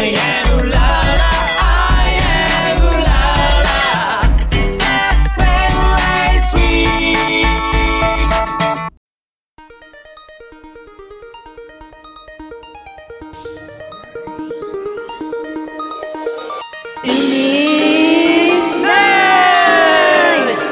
I am la la I am la la FMI3 インディーナイト。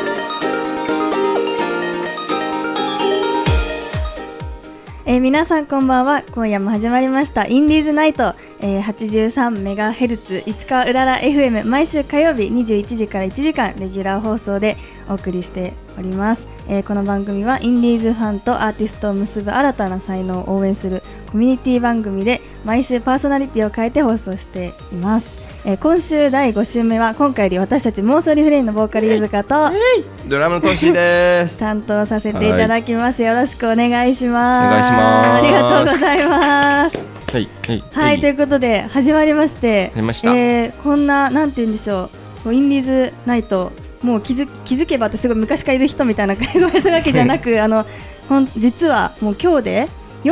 皆さんこんばんは。今夜も始まりましたインディーズナイト、83MHz 市川うらら FM 毎週火曜日21時から1時間レギュラー放送でお送りしております。この番組はインディーズファンとアーティストを結ぶ新たな才能を応援するコミュニティ番組で毎週パーソナリティを変えて放送しています。今週第5週目は今回より私たち妄想リフレインのボーカルゆずかとドラムのトッシーです担当させていただきます、よろしくお願いします。 お願いします。 ありがとうございます。 はいということで始まりまして、こんななんて言うんでしょう、インディーズナイトもう気づけばってすごい昔からいる人みたいな会話するわけじゃなく実はもう今日で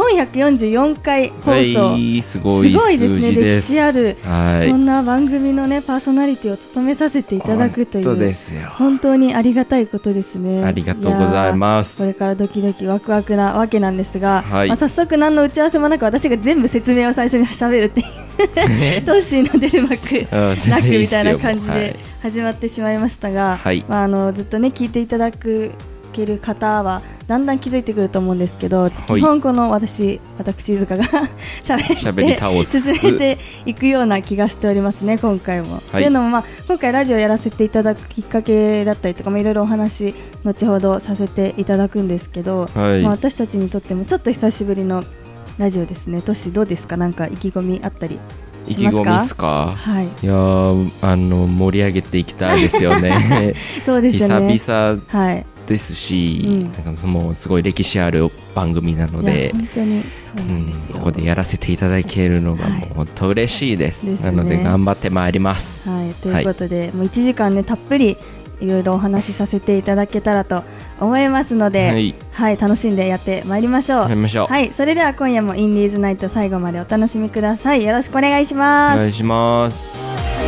444回放送、 すごいですね。歴史ある、 はい、 こんな番組のねパーソナリティを務めさせていただくという本当ですよ。 本当にありがたいことですね。 ありがとうございます。 これからドキドキワクワクなわけなんですが、 はい、 早速何の打ち合わせもなく私が全部説明を最初に喋るっていうトッシーの出る幕なくみたいな感じで始まってしまいましたが、 はい、 ずっとね聞いていただける方はだんだん気づいてくると思うんですけど、基本この私塚が喋って進めていくような気がしておりますね、今回も。というのも、今回ラジオやらせていただくきっかけだったりとか、いろいろお話後ほどさせていただくんですけど、私たちにとってもちょっと久しぶりのラジオですね。トシどうですか、なんか意気込みあったり意気込みですか。 はい、 いや盛り上げていきたいですよねそうですよね、 久々ですし、なんかもうすごい歴史ある番組なので、 本当にそうなんですよ。 ここでやらせていただけるのがもう本当嬉しいです、なので頑張ってまいります、 ということで、もう1時間ねたっぷりいろいろお話しさせていただけたらと思いますので、楽しんでやってまいりましょう。それでは今夜もインディーズナイト最後までお楽しみください。よろしくお願いします。 お願いします。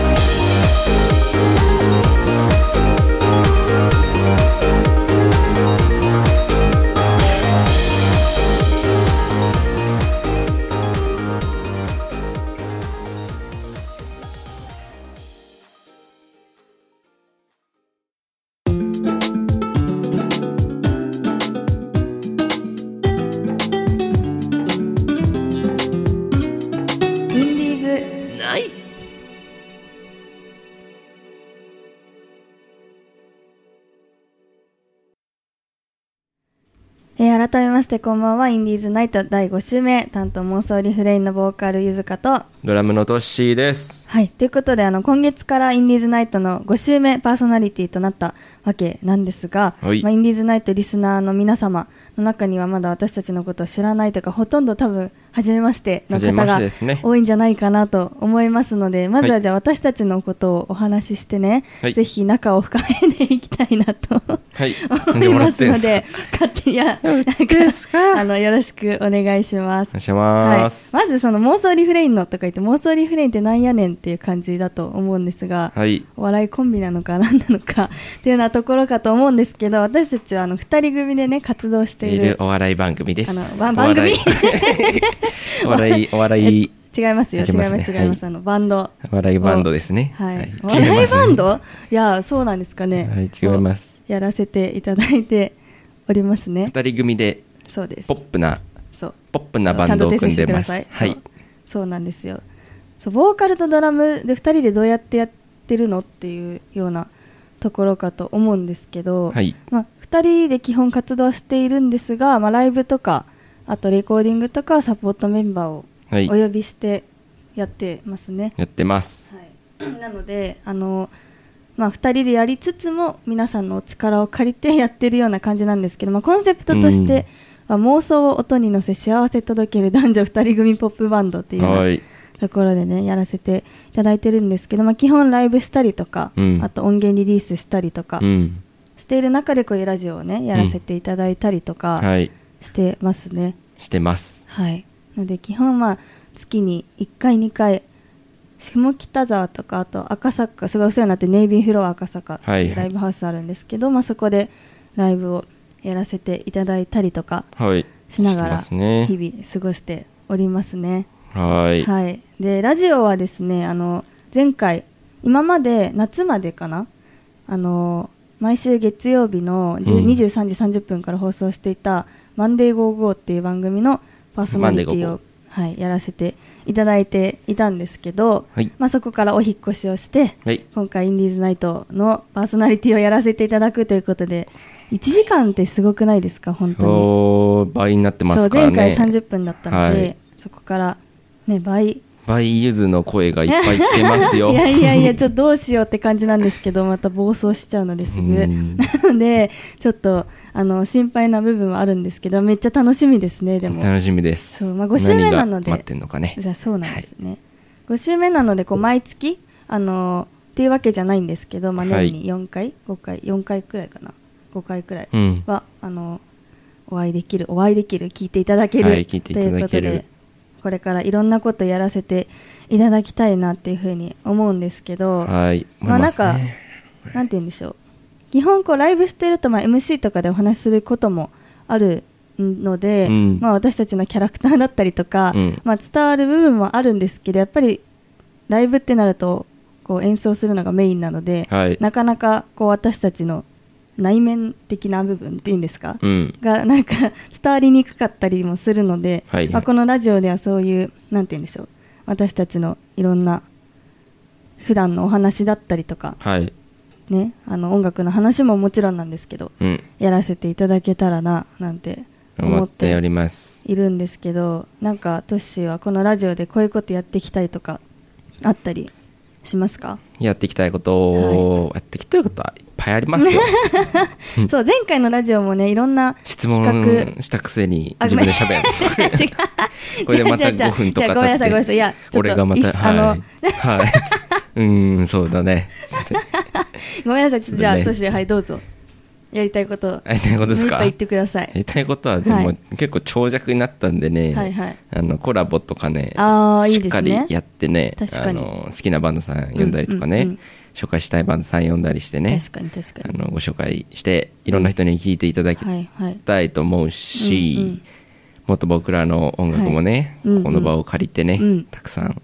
改めましてこんばんは。インディーズナイト第5週目担当妄想リフレインのボーカルゆずかとドラムのトッシーです。 ということで今月からインディーズナイトの5週目パーソナリティとなったわけなんですが、インディーズナイトリスナーの皆様の中にはまだ私たちのことを知らないとか、ほとんど多分初めましての方が多いんじゃないかなと思いますので、まずはじゃあ私たちのことをお話ししてね、ぜひ仲を深めていきたいなと思いますので、勝手によろしくお願いします。まずその妄想リフレインのとか言って、妄想リフレインってなんやねんっていう感じだと思うんですが、お笑いコンビなのか何なのかっていうようなところかと思うんですけど、私たちは2人組でね活動しているお笑い番組です。 番組お笑い違いますよ、違います、バンド、 お笑いバンドですね。 お笑いバンド、いやそうなんですかね。 違います。 やらせていただいておりますね。 2人組でそうです。 ポップなバンドを組んでます。 そうなんですよ。ボーカルとドラムで2人でどうやってやってるのっていうようなところかと思うんですけど、2人で基本活動しているんですが、ライブとかあとレコーディングとかサポートメンバーをお呼びしてやってますね。 やってます、 なので2人でやりつつも皆さんのお力を借りてやってるような感じなんですけど、コンセプトとしては妄想を音に乗せ幸せ届ける男女2人組ポップバンドっていうようなところでねやらせていただいてるんですけど、基本ライブしたりとか、あと音源リリースしたりとかしている中でこういうラジオをねやらせていただいたりとかしてますね。 してます。 なので基本月に1回2回下北沢とかあと赤坂、すごいお世話になってネイビーフロア赤坂っていうライブハウスあるんですけど、そこでライブをやらせていただいたりとかしながら日々過ごしておりますね。はい、でラジオはですね、前回今まで夏までかな、毎週月曜日の23時30分から放送していたマンデーゴーゴーっていう番組のパーソナリティを、やらせていただいていたんですけど、そこからお引っ越しをして、今回インディーズナイトのパーソナリティをやらせていただくということで、1時間ってすごくないですか？本当に倍になってますからね。 前回30分だったので、そこからね、倍ゆずの声がいっぱい聞けますよ。 いやちょっとどうしようって感じなんですけど、また暴走しちゃうのですぐなのでちょっと心配な部分はあるんですけど、めっちゃ楽しみですね。でも楽しみです。 そう、5週目なので、 待ってんのかね。 じゃあそうなんですね、5週目なので毎月っていうわけじゃないんですけど、年に4回5回4回くらいかな、5回くらいは、お会いできる聞いていただける、 聞いていただける、 ということで、これからいろんなことやらせていただきたいなっていうふうに思うんですけど、なんかなんて言うんでしょう、基本ライブしてるとMC とかでお話しすることもあるので、私たちのキャラクターだったりとか、伝わる部分もあるんですけど、やっぱりライブってなると演奏するのがメインなので、なかなか私たちの内面的な部分っていうんですか、がなんか伝わりにくかったりもするので、このラジオではそういうなんて言うんでしょう、私たちのいろんな普段のお話だったりとか、ね、音楽の話ももちろんなんですけど、やらせていただけたらななんて思っております。 いるんですけど、なんかトッシーはこのラジオでこういうことやっていきたいとかあったりしますか？ やっていきたいことやっていきたいことはいっぱいありますよ。 そう、前回のラジオもね、いろん質問したくせに自分で喋る。違う。これでまた5分とか経って。 ごめんなさい。いや、 俺がまたそうだね。 ごめんなさい、じゃあトシでどうぞ。やりたいことですか？ 言ってください。 やりたいことはでも結構長尺になったんでね、コラボとかね、しっかりやってね、好きなバンドさん呼んだりとかね、紹介したいバンドさん呼んだりしてね、ご紹介していろんな人に聴いていただきたいと思うし、もっと僕らの音楽もね、この場を借りてね、たくさん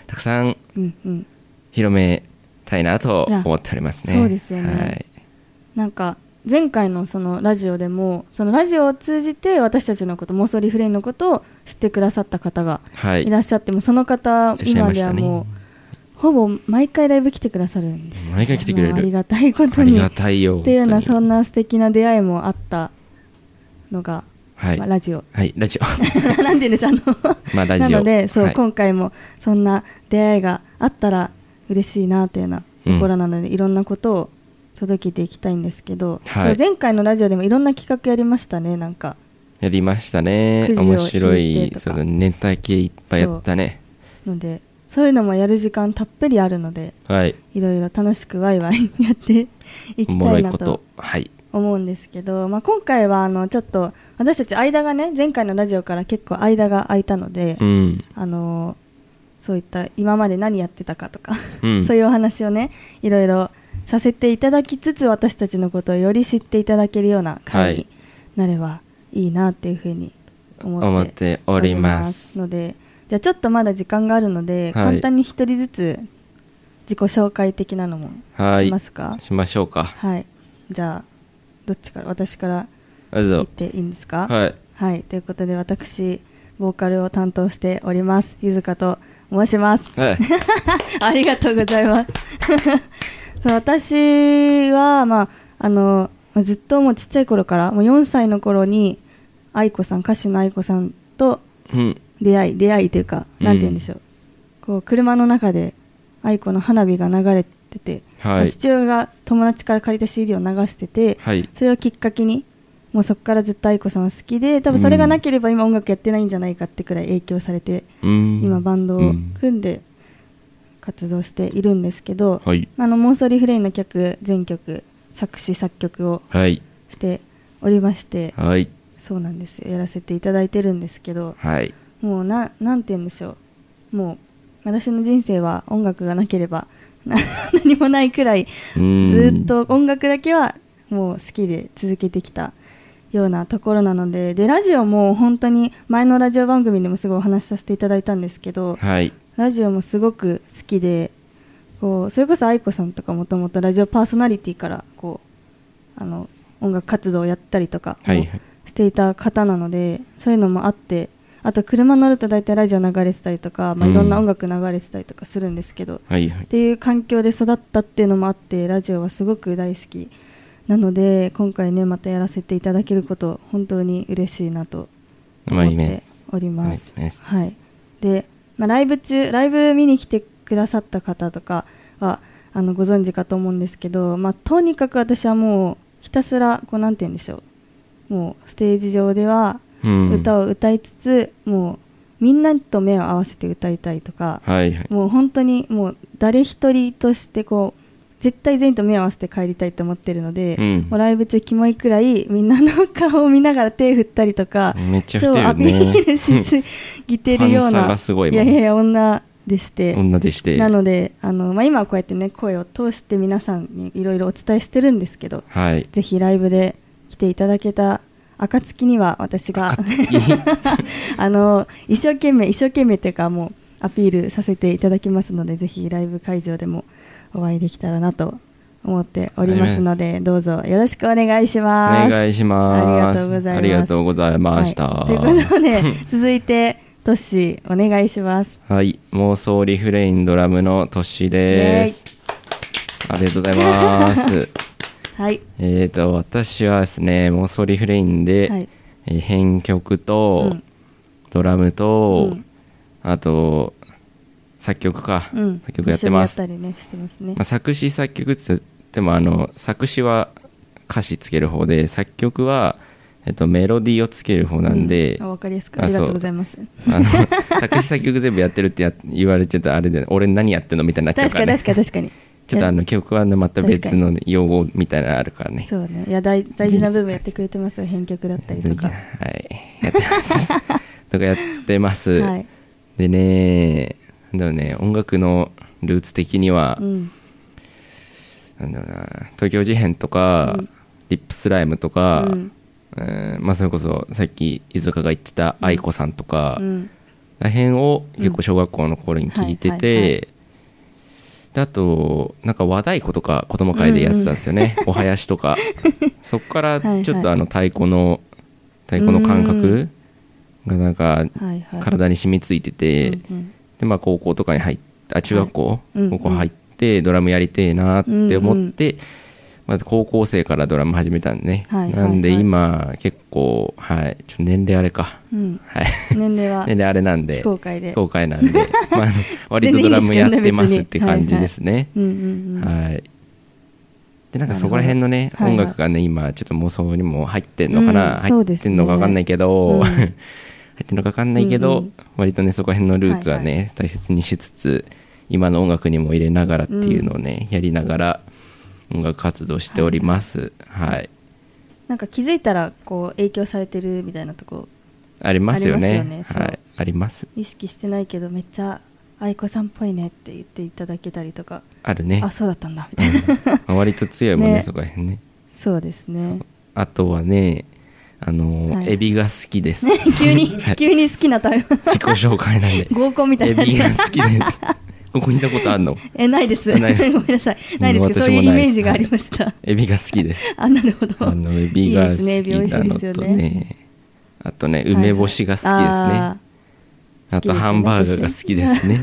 広めたいなと思っておりますね。 そうですよね。なんか前回のそのラジオでも、そのラジオを通じて私たちのこと、妄想リフレインのことを知ってくださった方がいらっしゃっても、その方今ではもうほぼ毎回ライブ来てくださるんですよ。 毎回来てくれる。 ありがたいことに。 ありがたいよ。 っていうような、そんな素敵な出会いもあったのが、ラジオ。 ラジオ。 なんて言うんでしょう、 ラジオ。 なので、そう、今回もそんな出会いがあったら嬉しいなというようなところなので、いろんなことを届けていきたいんですけど、そう、前回のラジオでもいろんな企画やりましたね。なんかやりましたね。面白い、その年代系いっぱいやったね。 ので、そういうのもやる時間たっぷりあるので、いろいろ楽しくワイワイやっていきたいなと思うんですけど、今回はちょっと私たち間がね、前回のラジオから結構間が空いたので、そういった今まで何やってたかとか、そういうお話をね、いろいろさせていただきつつ、私たちのことをより知っていただけるような会になればいいなっていうふうに思っておりますので、じゃあちょっとまだ時間があるので、簡単に一人ずつ自己紹介的なのもしますか？ しましょうか。 じゃあどっちから、私から言っていいんですか？ということで、私ボーカルを担当しておりますゆずかと申します。ありがとうございます。そう、私は、ずっともうちっちゃい頃から、もう4歳の頃に愛子さん、歌手の愛子さんと出会いというか、なんて言うんでしょう、こう車の中で愛子の花火が流れてて、父親が友達から借りた CD を流してて、それをきっかけにもうそこからずっと愛子さんは好きで、多分それがなければ今音楽やってないんじゃないかってくらい影響されて、今バンドを組んで活動しているんですけど、妄想リフレインの曲全曲作詞作曲をしておりまして、そうなんですよ、やらせていただいてるんですけど、もうなんて言うんでしょう、もう私の人生は音楽がなければ何もないくらいずっと音楽だけはもう好きで続けてきたようなところなので、ラジオも本当に前のラジオ番組でもすごいお話しさせていただいたんですけど、 はい、 ラジオもすごく好きで、こうそれこそ愛子さんとかもともとラジオパーソナリティからこう音楽活動をやったりとかしていた方なので、そういうのもあって、あと車乗ると大体ラジオ流れてたりとか、いろんな音楽流れてたりとかするんですけど、っていう環境で育ったっていうのもあって、ラジオはすごく大好きなので、今回ねまたやらせていただけること本当に嬉しいなと思っております。はい。で、ライブ見に来てくださった方とかはご存知かと思うんですけど、とにかく私はもうひたすらこうなんて言うんでしょう、もうステージ上では歌を歌いつつ、もうみんなと目を合わせて歌いたいとか、もう本当にもう誰一人としてこう絶対全員と目を合わせて帰りたいと思ってるので、もうライブ中キモいくらいみんなの顔を見ながら手振ったりとか、 めっちゃ超アピールしすぎてるようないや女でして、なので今はこうやってね声を通して皆さんにいろいろお伝えしてるんですけど、ぜひライブで来ていただけた暁には私が一生懸命というかもうアピールさせていただきますので、ぜひライブ会場でもお会いできたらなと思っておりますので、どうぞよろしくお願いします。 お願いします。 ありがとうございます。 ありがとうございました。 ということで続いてトッシーお願いします。 はい、妄想リフレインドラムのトッシーです。ありがとうございます。 はい。 私はですね、妄想リフレインで、編曲と、ドラムと、あと作曲か、作曲やってます。作詞作曲って言っても作詞は歌詞つける方で、作曲はメロディーをつける方なんで、 わかりやすくありがとうございます。 作詞作曲全部やってるって言われちゃったらあれで、俺何やってんのみたいになっちゃうからね。確かにちょっと曲はねまた別の用語みたいなのあるからね。 そうね。いや大事な部分やってくれてますよ。編曲だったりとか。 はい。やってます。とかやってます。でね、音楽のルーツ的には、なんだろうな、東京事変とか、リップスライムとか、それこそさっき伊塚が言ってた愛子さんとからへんを結構小学校の頃に聞いてて、であとなんか和太鼓とか子供会でやってたんですよね。お囃子とかそこからちょっと太鼓の感覚がなんか体に染みついてて、で高校とかに中学校、高校入ってドラムやりてえなって思って、まず高校生からドラム始めたんでね、なんで今結構、ちょっと年齢あれか、 年齢あれなんで非公開なんで割とドラムやってますって感じですね。でなんかそこら辺のね音楽がね今ちょっと妄想にも入ってんのかな、入ってんのか分かんないけど入ってんのか分かんないけど、割とねそこら辺のルーツはね大切にしつつ、今の音楽にも入れながらっていうのをねやりながら音楽活動しております。 なんか気づいたらこう影響されてるみたいなとこありますよね。あります。 意識してないけどめっちゃ愛子さんっぽいねって言っていただけたりとかあるね。 あ、そうだったんだみたいな、 割と強いもんねそこら辺ね。 そうですね。 あとはねエビが好きです。 急に好きな食べ物自己紹介なんで合コンみたいな。 エビが好きです。ここにいたことあるの？ ないです。ごめんなさい。ないですけど、そういうイメージがありました。 エビが好きです。 なるほど。 エビが好きなのとね、あとね、梅干しが好きですね。あとハンバーガーが好きですね。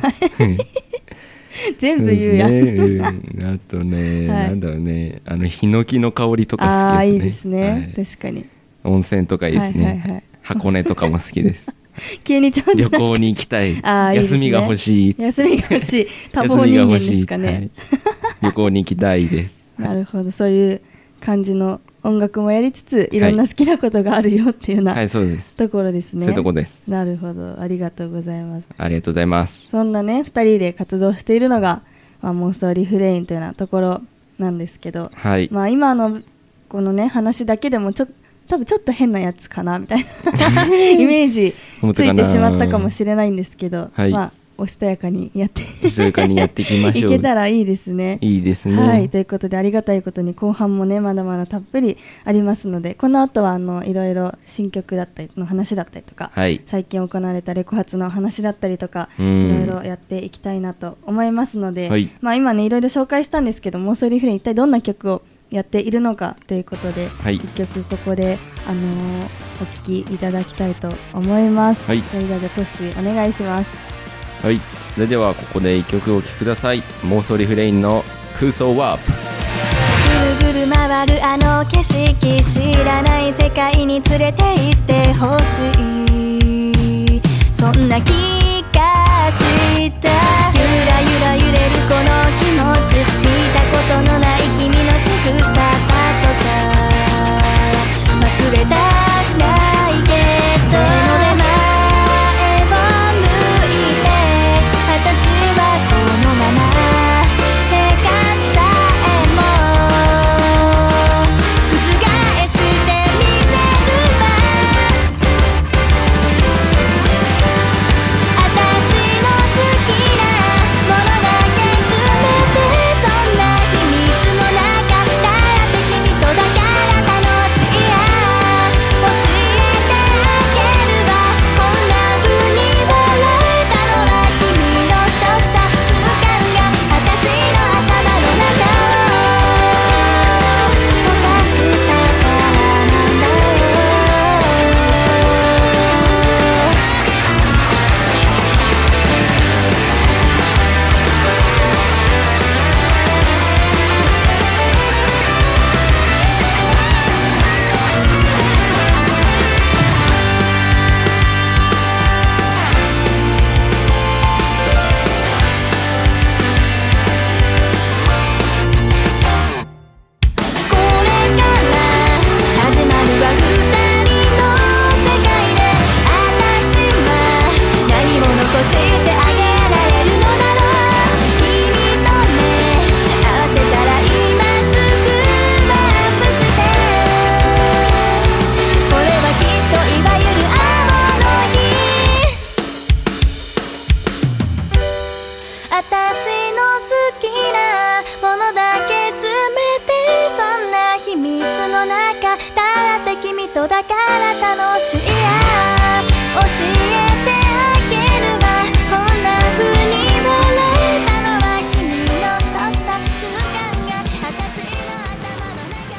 全部言うやん。 あとね、なんだろうね、ヒノキの香りとか好きですね。 いいですね。確かに。 温泉とかいいですね。箱根とかも好きです。 急にちょっと旅行に行きたい。休みが欲しい。 休みが欲しい。多忙人間ですかね。 旅行に行きたいです。 なるほど、そういう感じの音楽もやりつつ、いろんな好きなことがあるよっていうようなところですね。 そういうとこです。 なるほど、ありがとうございます。 ありがとうございます。 そんなね、2人で活動しているのが、妄想リフレインというようなところなんですけど、今のこのね話だけでも多分ちょっと変なやつかなみたいなイメージついてしまったかもしれないんですけど、 おしとやかにやっておしとやかにやっていきましょう。 いけたらいいですね。 いいですね。 はい、ということでありがたいことに後半もねまだまだたっぷりありますので、この後はいろいろ新曲だったりの話だったりとか、 はい、 最近行われたレコ発の話だったりとか、いろいろやっていきたいなと思いますので、はい、まあ、今ねいろいろ紹介したんですけど、妄想リフレイン一体どんな曲をやっているのかということで、はい、1曲ここで、お聴きいただきたいと思います。はい、それではトッシーお願いします。 はい、それではここで1曲お聴きください。妄想リフレインの空想ワープ。 ぐるぐる回るあの景色、知らない世界に連れて行ってほしい、そんな気がした。ゆらゆら揺れるこの気持ち、見たことのない君の仕草だとか忘れたくないけど、それので前を向いて私はこのまま生活さえも覆してみせるわ。私の好きなものだけ詰めて、そんな秘密の中だって君とだから楽しいや教えてあげるわ。こんな風に笑えたのは君のふとした瞬間が私の頭の中を溶かしたからなんだよ。これから始まるは二人の世界で、私は何を残してあげられるのだろう。君と目合わせたら今すぐワープして、これはきっといわゆる青の日。私の好きなものだけ詰めて、そんな秘密の中だって君とだから楽しいや教えてあげるわ。こんな風に笑えたのは君のふとした瞬間が私の頭の中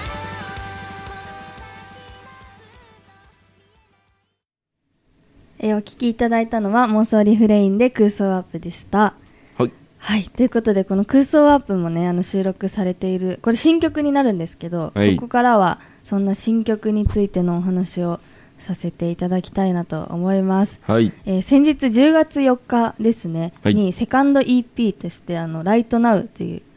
お聴きいただいたのは妄想リフレインで空想アップでした。はい、ということでこの空想アップもね収録されている、これ新曲になるんですけど、はい、ここからはそんな新曲についてのお話をさせていただきたいなと思います。はい、先日10月4日ですね、はい、にセカンド EP としてライトナウという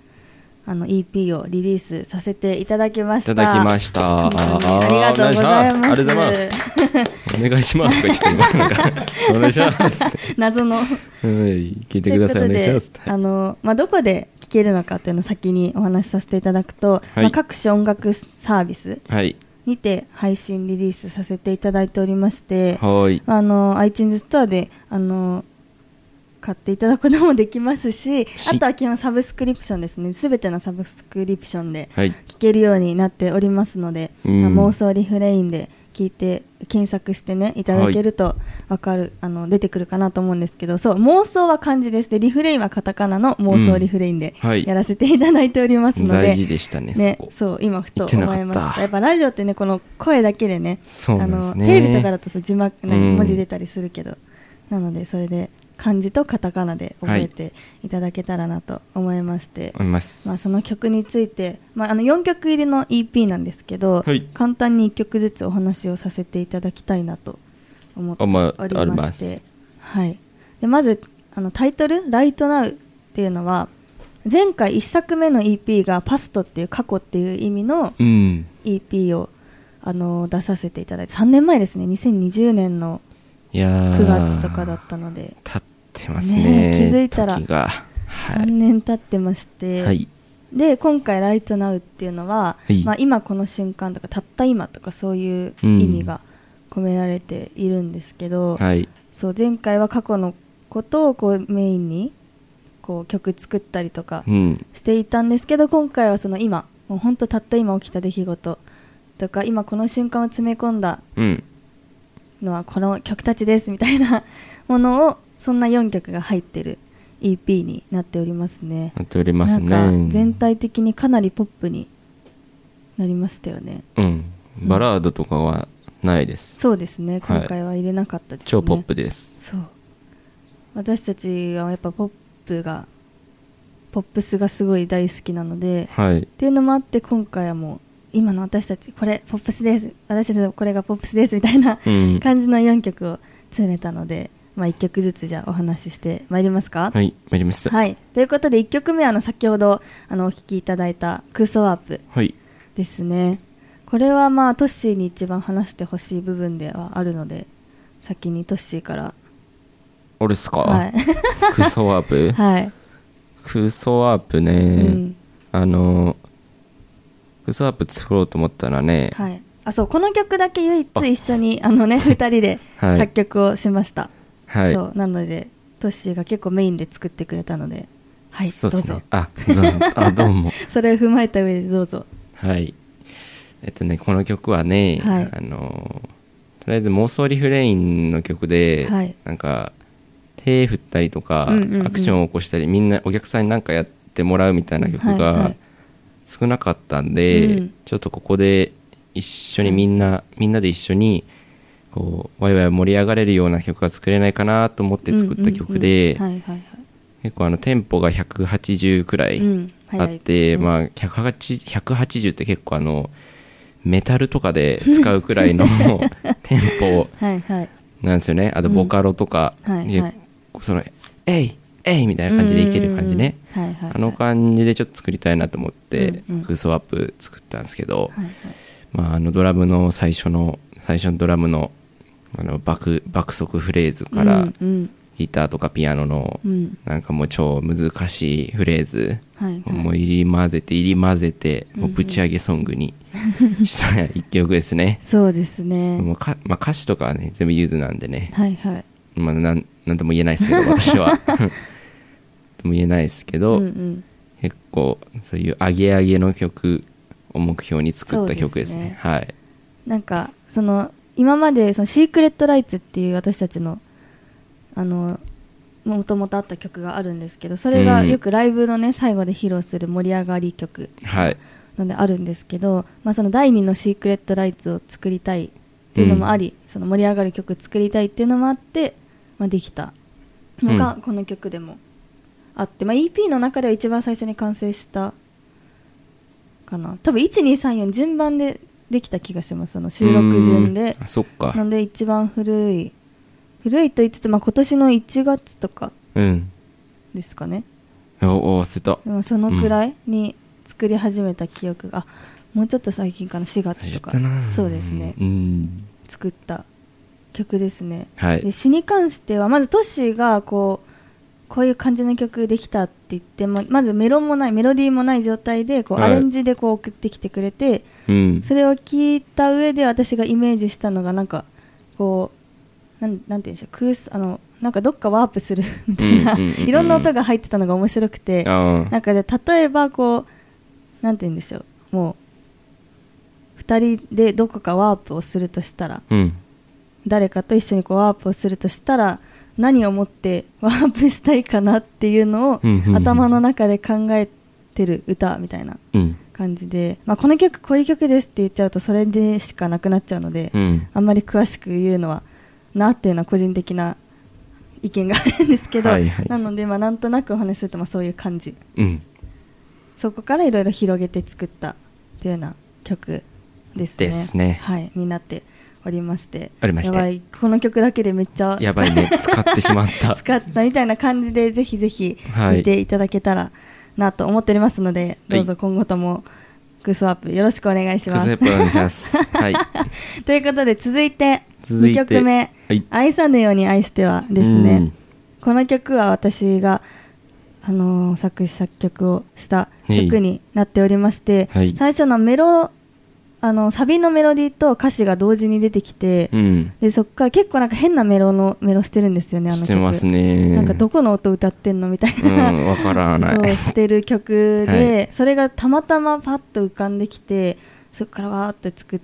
EP をリリースさせていただきました。 いただきました。 ありがとうございます。 ありがとうございます。お願いしますとか言ってお願いします。 謎の聞いてください。お願いします。 どこで聴けるのかっていうのを先にお話しさせていただくと、はい、各種音楽サービスにて配信リリースさせていただいておりまして、はい、iTunes ストアで買っていただくこともできますし、あとは基本サブスクリプションですね。すべてのサブスクリプションで聴けるようになっておりますので、妄想リフレインで聞いて検索してねいただけると分かる、出てくるかなと思うんですけど、そう妄想は漢字です。でリフレインはカタカナの妄想リフレインでやらせていただいておりますので、 大事でしたね。 そう今ふと思いました。やっぱラジオってねこの声だけでね、 そうですね、 テレビとかだと字幕文字出たりするけど、なのでそれで漢字とカタカナで覚えていただけたらなと思いまして、その曲について、4曲入りの EP なんですけど、はい、簡単に1曲ずつお話をさせていただきたいなと思っておりまして、はい、でまずタイトルライトナウっていうのは前回1作目の EP がパストっていう過去っていう意味の EP を、出させていただいて3年前ですね。2020年の9月とかだったので経ってますね。 気づいたら3年経ってまして、はい、で今回ライトナウっていうのは、はい、今この瞬間とかたった今とかそういう意味が込められているんですけど、はい、そう前回は過去のことをこうメインにこう曲作ったりとかしていたんですけど、今回はその今もう本当たった今起きた出来事とか今この瞬間を詰め込んだのはこの曲たちですみたいなものをそんな4曲が入ってる EP になっておりますね。 なっておりますね。 なんか全体的にかなりポップになりましたよね。 バラードとかはないです。 そうですね、今回は入れなかったですね。 超ポップです。 そう、私たちはやっぱポップスがすごい大好きなので、っていうのもあって今回はもう今の私たちこれポップスです、私たちのこれがポップスですみたいな感じの4曲を詰めたので、1曲ずつじゃあお話ししてまいりますか。 はい、参ります。 はい、ということで1曲目は先ほどお聴きいただいた空想ワープですね。これはトッシーに一番話してほしい部分ではあるので、先にトッシーから。 俺っすか。空想ワープ空想ワープね、空想ワープ作ろうと思ったらね、 そうこの曲だけ唯一一緒に2人で作曲をしました。そうなのでトッシーが結構メインで作ってくれたので、 そうですね、 どうもそれを踏まえた上でどうぞ。 この曲はね、とりあえず妄想リフレインの曲で、なんか手振ったりとか、アクションを起こしたり、みんなお客さんに何かやってもらうみたいな曲が少なかったんで、ちょっとここで一緒にみんなで一緒にこうワイワイ盛り上がれるような曲が作れないかなと思って作った曲で、結構テンポが180くらいあって、180って結構メタルとかで使うくらいのテンポなんですよね。あとボカロとか、そのエイみたいな感じでいける感じね、感じでちょっと作りたいなと思って空想ワープ作ったんですけど、ドラムの最初のドラムの爆速フレーズから、ギターとかピアノのなんかもう超難しいフレーズ、もう入り混ぜてもうぶち上げソングにした一曲ですね。 そうですね。 歌詞とかはね全部ユーズなんでね、なんとも言えないですけど私はとも言えないですけど、結構そういうアゲアゲの曲を目標に作った曲ですね。 なんか今までシークレットライツっていう私たちのもともとあった曲があるんですけど、それがよくライブのね最後で披露する盛り上がり曲のであるんですけど、その第2のシークレットライツを作りたいっていうのもあり、その盛り上がる曲作りたいっていうのもあって、できたのがこの曲でもあって、EP の中では一番最初に完成したかな。多分1234順番でできた気がします、その収録順で。なので一番古いと言いつつ、今年の1月とかですかね。 忘れた。 でもそのくらいに作り始めた記憶が、もうちょっと最近かな、4月とか。そうですね、作った曲ですね。で詩に関してはまずトッシーがこういう感じの曲できたって言っても、まずメロディーもない状態でアレンジで送ってきてくれて、それを聞いた上で私がイメージしたのがなんかなんて言うんでしょう、なんかどっかワープするみたいな、いろんな音が入ってたのが面白くて、なんか例えばなんて言うんでしょう、もう2人でどこかワープをするとしたら、誰かと一緒にワープをするとしたら何をもってワープしたいかなっていうのを頭の中で考えてる歌みたいな感じで、この曲こういう曲ですって言っちゃうとそれでしかなくなっちゃうので、あんまり詳しく言うのはなっていうのは個人的な意見があるんですけど、なのでなんとなくお話しするとそういう感じ、そこからいろいろ広げて作ったっていうような曲ですね。になっておりまして、やばい、この曲だけでめっちゃやばいね、使ってしまった使ったみたいな感じでぜひぜひ聴いていただけたらなと思っておりますので、どうぞ今後とも空想ワープよろしくお願いします。 お願いしますということで続いて2曲目、愛さぬように愛してはですね。この曲は私が作詞作曲をした曲になっておりまして、最初のメロサビのメロディーと歌詞が同時に出てきて、でそっから結構なんか変なメロしてるんですよね、あの曲。 してますね。 なんかどこの音歌ってんのみたいな、 わからない。 そうしてる曲で、それがたまたまパッと浮かんできて、そっからわーって作って、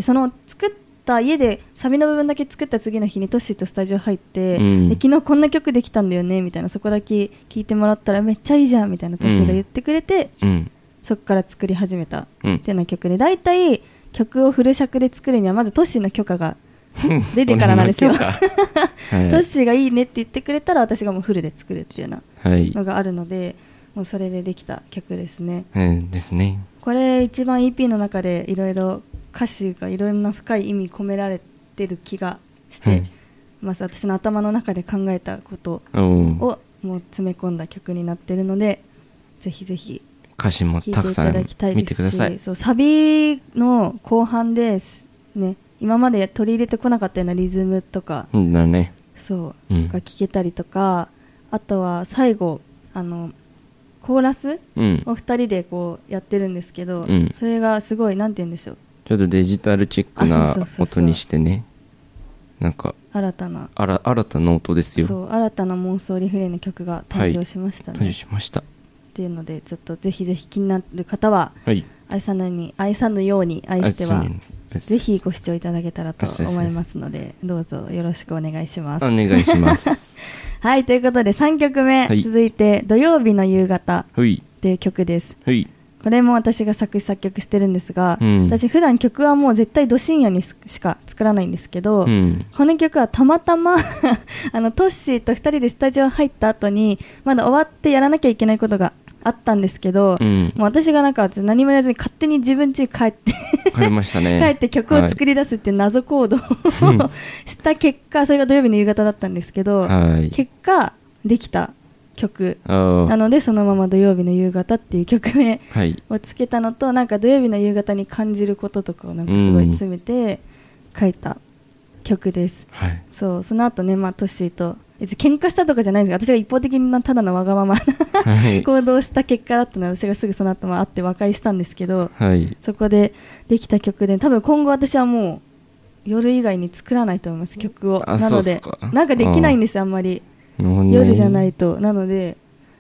その作った家でサビの部分だけ作った次の日にトッシーとスタジオ入って、で昨日こんな曲できたんだよねみたいな、そこだけ聞いてもらったらめっちゃいいじゃんみたいなトッシーが言ってくれて、そこから作り始めたっていうような曲で、だいたい曲をフル尺で作るにはまずトッシーの許可が出てからなんですよ。トッシーがいいねって言ってくれたら私がもうフルで作るっていうようなのがあるので、もうそれでできた曲ですね。 ですね。 これ一番 EP の中でいろいろ歌詞がいろんな深い意味込められてる気がして、まず私の頭の中で考えたことをもう詰め込んだ曲になってるので、ぜひぜひ歌詞もたくさん見てください。 そう、サビの後半ですね、今まで取り入れてこなかったようなリズムとか、そうが聞けたりとか、あとは最後コーラスを2人でこうやってるんですけど、それがすごいなんて言うんでしょう、 ちょっとデジタルチックな音にしてね、なんか新たな音ですよ。 そう、新たな妄想リフレインの曲が誕生しましたね。 誕生しました。 っていうので、ちょっとぜひぜひ気になる方は、愛さぬように愛してはぜひご視聴いただけたらと思いますので、どうぞよろしくお願いします。 お願いしますはい、ということで3曲目、続いて土曜日の夕方という曲です。これも私が作詞作曲してるんですが、私普段曲はもう絶対ど深夜にしか作らないんですけど、この曲はたまたまトッシーと2人でスタジオ入った後にまだ終わってやらなきゃいけないことがあったんですけど、もう私がなんか何も言わずに勝手に自分家に帰って帰って曲を作り出すっていう謎行動をした結果、それが土曜日の夕方だったんですけど、結果できた曲なので、そのまま土曜日の夕方っていう曲名をつけたのと、なんか土曜日の夕方に感じることとかをなんかすごい詰めて書いた曲です。そう、その後ね、トッシーと喧嘩したとかじゃないんですが、私が一方的なただのわがまま行動した結果だったので、私がすぐその後会って和解したんですけど、そこでできた曲で、多分今後私はもう夜以外に作らないと思います、曲を。なのでなんかできないんですよ、あんまり夜じゃないと。なので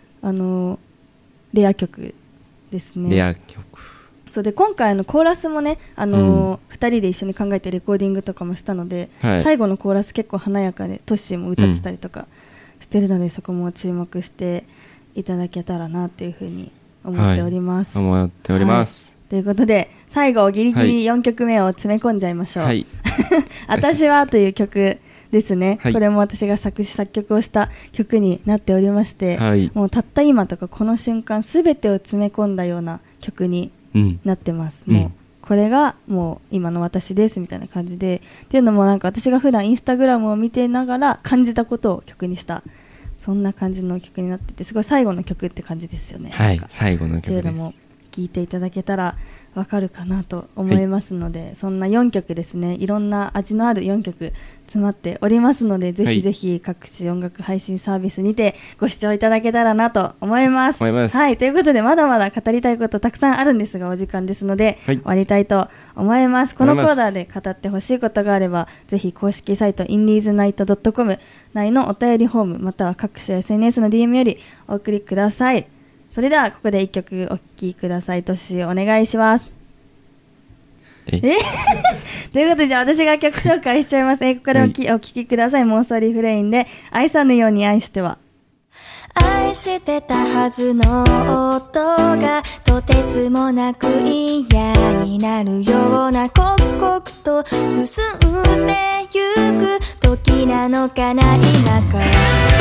レア曲ですね。 レア曲。 そうで、今回コーラスもね、2人で一緒に考えてレコーディングとかもしたので、最後のコーラス結構華やかでトッシーも歌ってたりとかしてるので、そこも注目していただけたらなっていうふうに思っております。 思っております。 ということで、最後ギリギリ4曲目を詰め込んじゃいましょう。私はという曲ですね。これも私が作詞作曲をした曲になっておりまして、もうたった今とかこの瞬間すべてを詰め込んだような曲になってます。もうこれがもう今の私ですみたいな感じで、っていうのもなんか私が普段インスタグラムを見てながら感じたことを曲にした、そんな感じの曲になってて、すごい最後の曲って感じですよね。最後の曲です。っていうのも聴いていただけたらわかるかなと思いますので、そんな4曲ですね、いろんな味のある4曲詰まっておりますので、ぜひぜひ各種音楽配信サービスにてご視聴いただけたらなと思います。はい、ということでまだまだ語りたいことたくさんあるんですが、お時間ですので、終わりたいと思います。このコーナーで語ってほしいことがあれば、ぜひ公式サイト indiesnight.com 内のお便りフォーム、または各種 SNS の DM よりお送りください。それではここで1曲お聴きください。トシお願いします。ということで、じゃあ私が曲紹介しちゃいます。ここでお聴きください。妄想リフレインで愛さぬように愛しては。 愛してたはずの音がとてつもなく嫌になるような、刻々と進んでゆく時なのかな否か。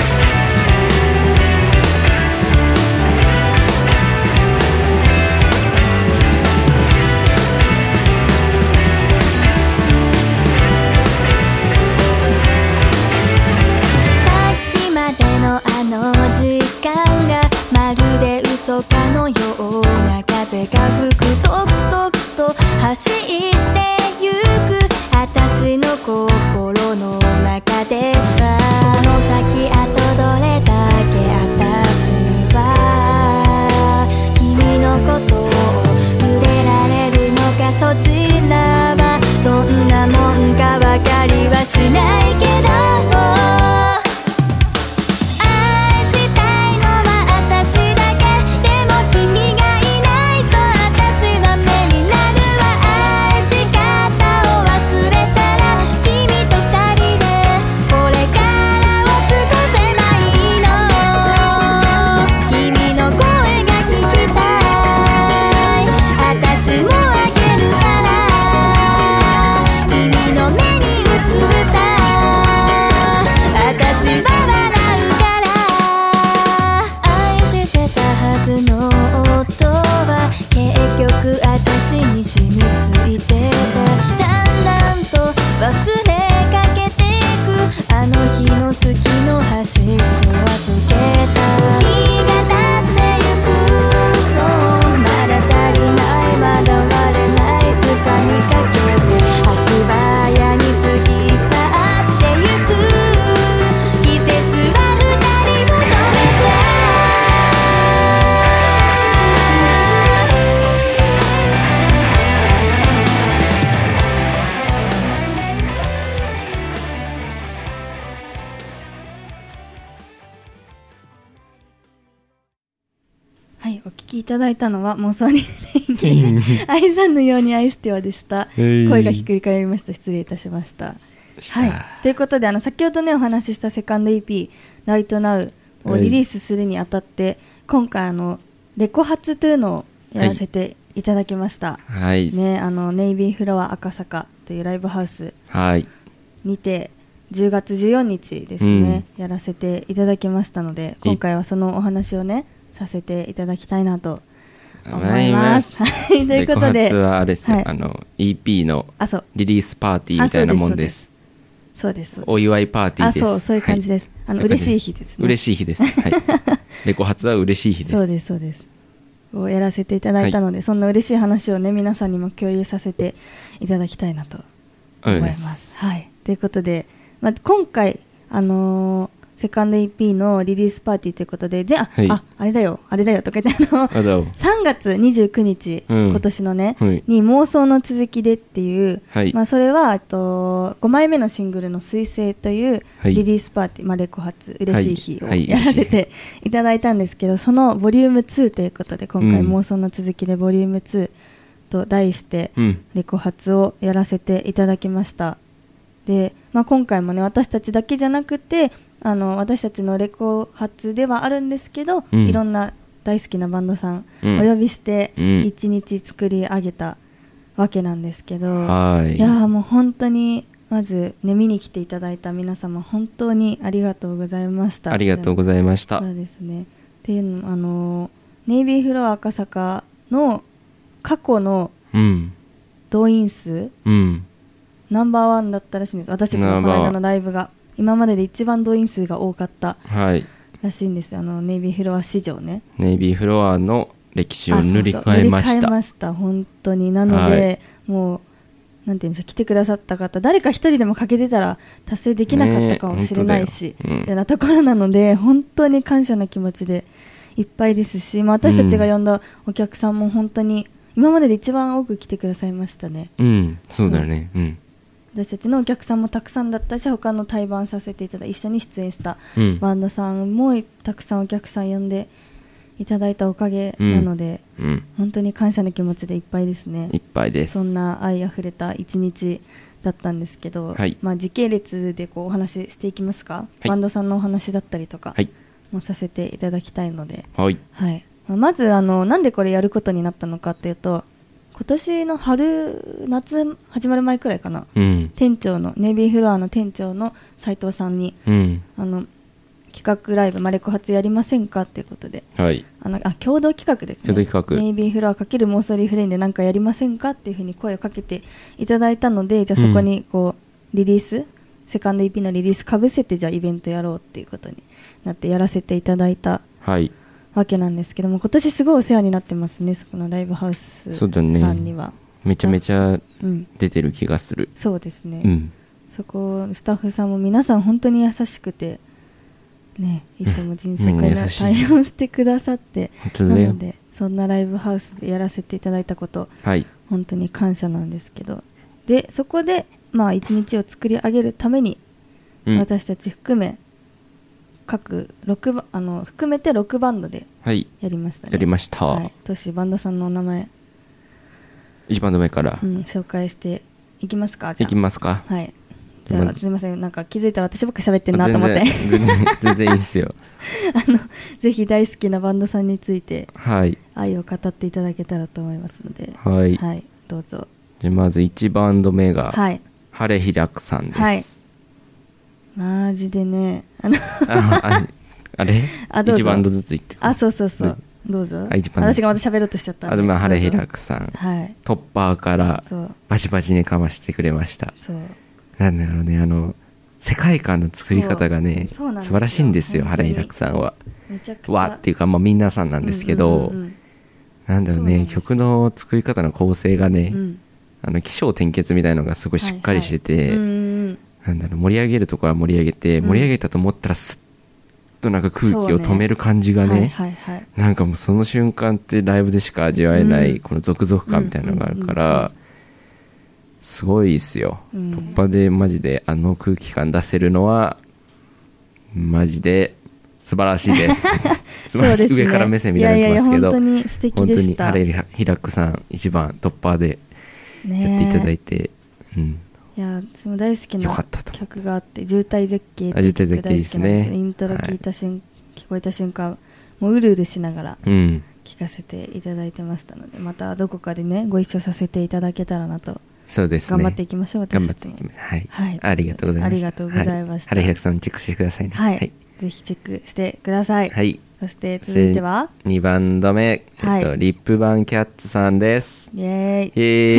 あの時間がまるで嘘かのような、風が吹くとくとくと走ってゆく私の心の中でさ、この先後はい、お聞きいただいたのは妄想リレイで愛さんのように愛してはでした。声がひっくり返りました。失礼いたしました。はい、ということで先ほどねお話ししたセカンド EP ライトナウをリリースするにあたって、今回レコ発というのをやらせていただきました、はいね、ネイビーフロア赤坂というライブハウスにて10月14日ですね、やらせていただきましたので、今回はそのお話をねさせていただきたいなと思います。ということで、レコ発はあれですよ、 EP のリリースパーティーみたいなもんです。 そうです。 お祝いパーティーです。 そういう感じです。嬉しい日ですね。 嬉しい日です。はい。レコ発は嬉しい日です。 そうですそうです。をやらせていただいたので、そんな嬉しい話をね皆さんにも共有させていただきたいなと思います。はい。ということで、今回セカンド EP のリリースパーティーということで、あれだよとか言って3月29日、今年のね、に妄想の続きでっていう、それは5枚目のシングルの彗星というリリースパーティー、レコ発嬉しい日をやらせていただいたんですけど、そのボリューム2ということで、今回妄想の続きでボリューム2と題してレコ発をやらせていただきました。で、今回もね私たちだけじゃなくて私たちのレコ発ではあるんですけど、いろんな大好きなバンドさんお呼びして1日作り上げたわけなんですけど、いやもう本当にまず、ね、見に来ていただいた皆様本当にありがとうございました。 ありがとうございました。 そうですね。っていうのネイビーフロア赤坂の過去の動員数、ナンバーワンだったらしいんです。私たちのこの間のライブが今までで一番動員数が多かったらしいんです。ネイビーフロア史上ね。 ネイビーフロアの歴史を塗り替えました。 塗り替えました本当に。なので、もうなんていうんでしょう、来てくださった方誰か一人でも欠けてたら達成できなかったかもしれないし、というようなところなので本当に感謝の気持ちでいっぱいですし、私たちが呼んだお客さんも本当に今までで一番多く来てくださいましたね。 そうだね。 私たちのお客さんもたくさんだったし、他の対バンさせていただいて一緒に出演したバンドさんもたくさんお客さん呼んでいただいたおかげなので、本当に感謝の気持ちでいっぱいですね。 いっぱいです。 そんな愛あふれた一日だったんですけど、時系列でお話ししていきますか。バンドさんのお話だったりとかもさせていただきたいので、まずなんでこれやることになったのかっていうと、今年の夏始まる前くらいかな、店長のネイビーフロアの店長の斉藤さんに、企画ライブレコ発やりませんかっていうことで、共同企画ですね。ネイビーフロア×妄想リフレインで何かやりませんかっていうふうに声をかけていただいたので、じゃあそこにリリース、セカンド EP のリリースかぶせてじゃあイベントやろうっていうことになってやらせていただいたわけなんですけども、今年すごいお世話になってますね。そこのライブハウスさんには、 めちゃめちゃ出てる気がする。 そうですね、そこスタッフさんも皆さん本当に優しくてね、いつも迅速な対応してくださって、なのでそんなライブハウスでやらせていただいたこと、本当に感謝なんですけど、でそこで一日を作り上げるために、私たち含め各含めて6バンドでやりましたね。 やりました。 トシバンドさんのお名前 1バンド目から、 紹介していきますか。じゃあいきますか。 じゃあすみません、なんか気づいたら私ばっか喋ってるなと思って全然いいですよぜひ大好きなバンドさんについて、愛を語っていただけたらと思いますので、どうぞ。 じゃあまず1バンド目が、ハレヒラクさんです。 マジでね、 あれ1バンドずつ言ってそうどうぞ。私がまた喋ろうとしちゃったんで。 ハレヒラクさん、トッパーからバチバチにかましてくれました。なんだろうね、世界観の作り方がね素晴らしいんですよ。ハレヒラクさんはっていうか、皆さんなんですけど、なんだろうね、曲の作り方の構成がね、起承転結みたいなのがすごいしっかりしてて、なんだろう、盛り上げるところは盛り上げて、盛り上げたと思ったらスッとなんか空気を止める感じがね、なんかもうその瞬間ってライブでしか味わえないこの続々感みたいなのがあるから、すごいですよ。突破でマジで空気感出せるのはマジで素晴らしいです素晴らしい、ね、上から目線見られてますけど、 いやいや本当に素敵でした。 本当にハレヒラクさん一番トッパーでやっていただいて、うん、 いや私も大好きな曲があって、渋滞絶景って曲が大好きなんですね。イントロ聞いた聞こえた瞬間もううるうるしながら聞かせていただいてましたので、またどこかでねご一緒させていただけたらなと。 そうですね、 頑張っていきましょう。 頑張っていきます、はいはい、ありがとうございました。 ありがとうございました。 ハレヒラクさんチェックしてくださいね。 はい、はい、ぜひチェックしてください。 はい、 そして続いては 2番目、リップバンキャッツさんです。 イエーイ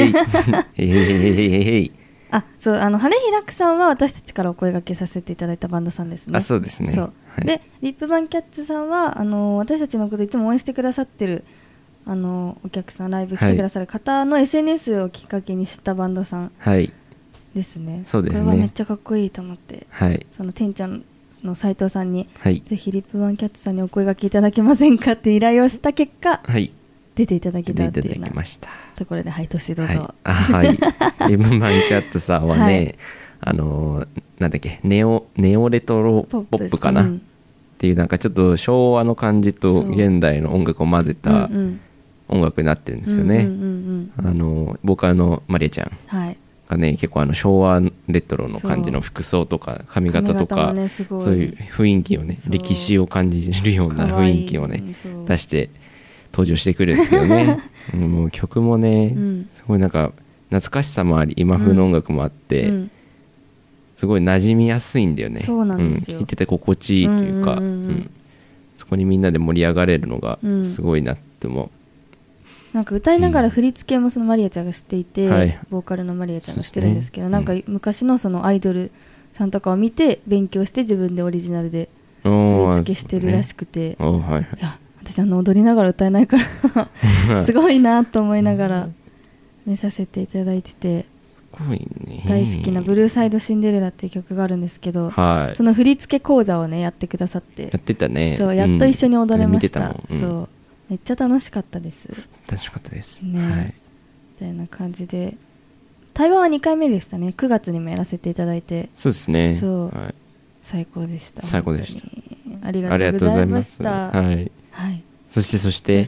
へいあ、そう、ハレヒラクさんは私たちからお声掛けさせていただいたバンドさんですね。 あ、そうですね。 そう、はい、でリップバンキャッツさんは私たちのこといつも応援してくださってるお客さん、ライブ来てくださる方の SNS をきっかけに知ったバンドさんですね。はい、 そうですね。 これはめっちゃかっこいいと思って、 はい、 その店長の斉藤さんに、 はい、 ぜひリップバンキャッツさんにお声掛けいただけませんかって依頼をした結果、 はい、 出ていただけたっていうようなところで、はい、年どうぞ。 はい、リップバンキャッツさんはね、はい、なんだっけ、ネオレトロポップかな、っていうなんかちょっと昭和の感じと現代の音楽を混ぜた音楽になってるんですよね。ボーカルのマリアちゃんがね、結構昭和レトロの感じの服装とか髪型とか、ね、そういう雰囲気をね、歴史を感じるような雰囲気をね出して登場してくるんですけどねもう曲もね、すごいなんか懐かしさもあり今風の音楽もあって、すごい馴染みやすいんだよね。 そうなんですよ、 聴いてて心地いいというか、そこにみんなで盛り上がれるのがすごいなって思う。 なんか歌いながら振り付けもそのマリアちゃんが知っていて、 はい、 ボーカルのマリアちゃんがしてるんですけど、なんか昔のそのアイドルさんとかを見て勉強して自分でオリジナルで振り付けしてるらしくて、いや私踊りながら歌えないからすごいなと思いながら見させていただいてて、 すごいね、 大好きなブルーサイドシンデレラっていう曲があるんですけど、 はい、 その振り付け講座をねやってくださって、 やってたね。 そう、やっと一緒に踊れました。 見てたもん、 そうめっちゃ楽しかったです。 楽しかったですね、 はい、 みたいな感じで対話は2回目でしたね。9月にもやらせていただいて、 そうですね、 そう、 はい、 最高でした。 最高でした。 ありがとうございました。 はいはい、そして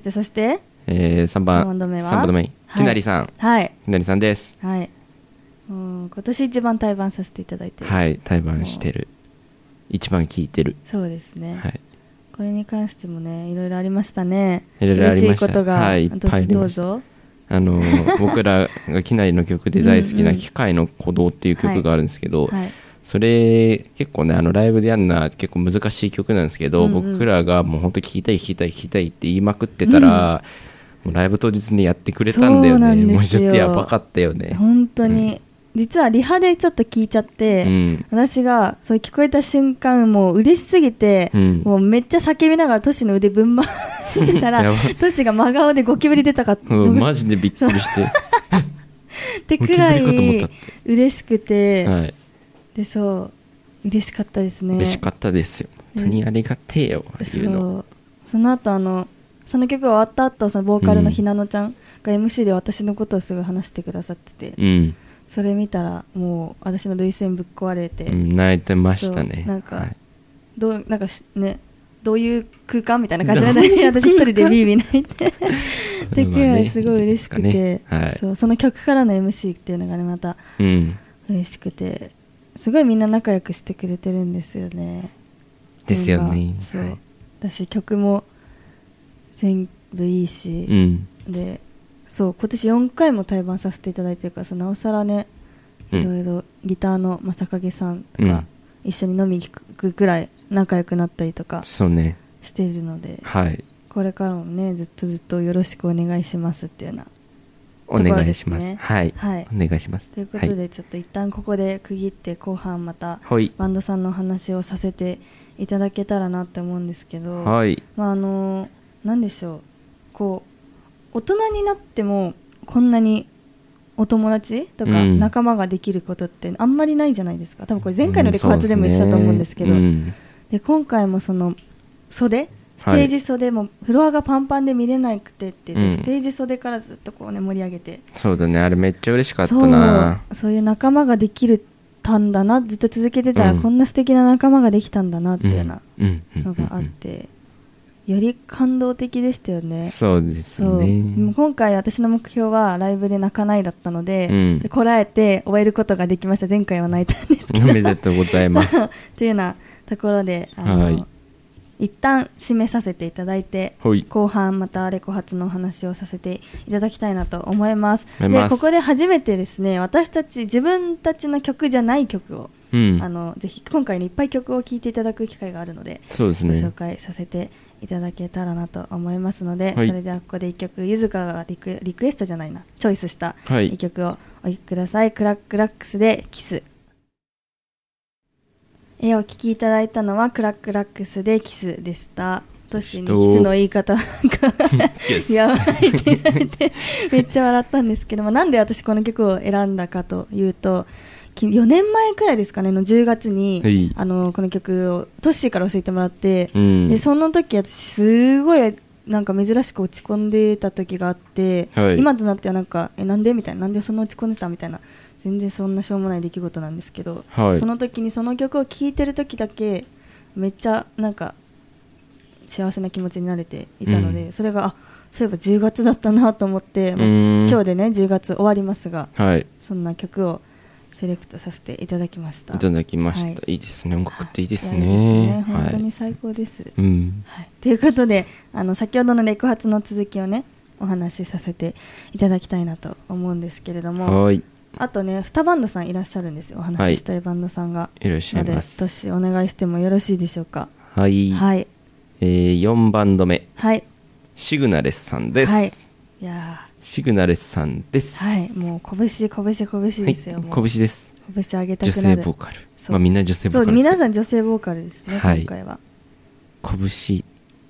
3番目きなりさん、 はい、 きなりさんです。 はい、今年一番対バンさせていただいて、 はい、対バンしてる、一番聴いてる。 そうですね、 はい、 これに関してもねいろいろありましたね。 いろいろありました。 嬉しいことが、 はい、いっぱいありました。 どうぞ。 僕らがきなりの曲で大好きな機械の鼓動っていう曲があるんですけど、 はいはい、 それ結構ねライブでやるのは結構難しい曲なんですけど、僕らがもう本当に聴きたいって言いまくってたら、もうライブ当日にやってくれたんだよね。もうちょっとやばかったよね本当に、実はリハでちょっと聞いちゃって、私がそう聞こえた瞬間もう嬉しすぎて、もうめっちゃ叫びながらトシの腕ぶん回してたらトシが真顔でゴキブリ出たかった、 マジでびっくりしてってくらい嬉しくて、 はい、 でそう嬉しかったですね。 嬉しかったですよ、本当にありがてえよ、いうの。 その後その曲が終わった後、そのボーカルのひなのちゃんが MC で私のことをすぐ話してくださってて、それ見たらもう私の涙腺ぶっ壊れて、 泣いてましたね。 なんか、はい、なんかね、どういう空間みたいな感じなのに私一人でビービー泣いてってくらいすごい嬉しくて、はい、その曲からの MC っていうのがねまた嬉しくて、すごいみんな仲良くしてくれてるんですよね。 ですよね。 そう、私曲も全部いいし、でそう今年4回も対バンさせていただいてるから、なおさらね、いろいろギターの正影さんとか、一緒に飲みに行くぐらい仲良くなったりとかしているので、 はい、 これからもねずっとよろしくお願いしますっていうような、 お願いします。はい、はい、お願いします。 ということで、ちょっと一旦ここで区切って後半またバンドさんのお話をさせていただけたらなって思うんですけど、 はい、 なんでしょう、こう大人になってもこんなにお友達とか仲間ができることってあんまりないじゃないですか。多分これ前回のレコ発でも言ってたと思うんですけど、で今回もそのステージ袖もフロアがパンパンで見れなくてって言って、ステージ袖からずっとこうね盛り上げて、 そうだね、あれめっちゃ嬉しかったな。 そういう仲間ができるったんだな、ずっと続けてたらこんな素敵な仲間ができたんだなっていうようなのがあって、より感動的でしたよね。 そうですね。 今回私の目標はライブで泣かないだったので、こらえて終えることができました。前回は泣いたんですけどおめでとうございますというようなところで一旦締めさせていただいて、後半またレコ発のお話をさせていただきたいなと思います。でここで初めてですね、私たち自分たちの曲じゃない曲を、ぜひ今回にいっぱい曲を聴いていただく機会があるので、 そうですね、 ご紹介させていただけたらなと思いますので、それではここで1曲ゆずかがリクエストじゃないなチョイスした1曲をお聴きください。クラックラックスでキス。お聴きいただいたのはクラックラックスでキスでした。トシにキスの言い方がやばいって言われてめっちゃ笑ったんですけども、なんで私この曲を選んだかというと、4年前くらいですかねの10月に、この曲をトッシーから教えてもらって、でその時私すごいなんか珍しく落ち込んでた時があって、今となってはなんかなんでみたいな、なんでそんな落ち込んでたみたいな、全然そんなしょうもない出来事なんですけど、その時にその曲を聴いてる時だけめっちゃなんか幸せな気持ちになれていたので、それがそういえば10月だったなと思って、今日でね10月終わりますが、そんな曲をセレクトさせていただきました。 いただきました。いいですね、音楽っていいですね。 本当に最高です。ということで先ほどのレコ発の続きをねお話しさせていただきたいなと思うんですけれども、あとね2バンドさんいらっしゃるんですよ。お話ししたいバンドさんがいらっしゃいます。 トシお願いしてもよろしいでしょうか。 4バンド目、シグナレスさんです。 いやシグナレスさんです。 もう拳ですよ。 拳です。 拳上げたくなる。 女性ボーカル。みんな女性ボーカルです。 皆さん女性ボーカルですね、今回は。 拳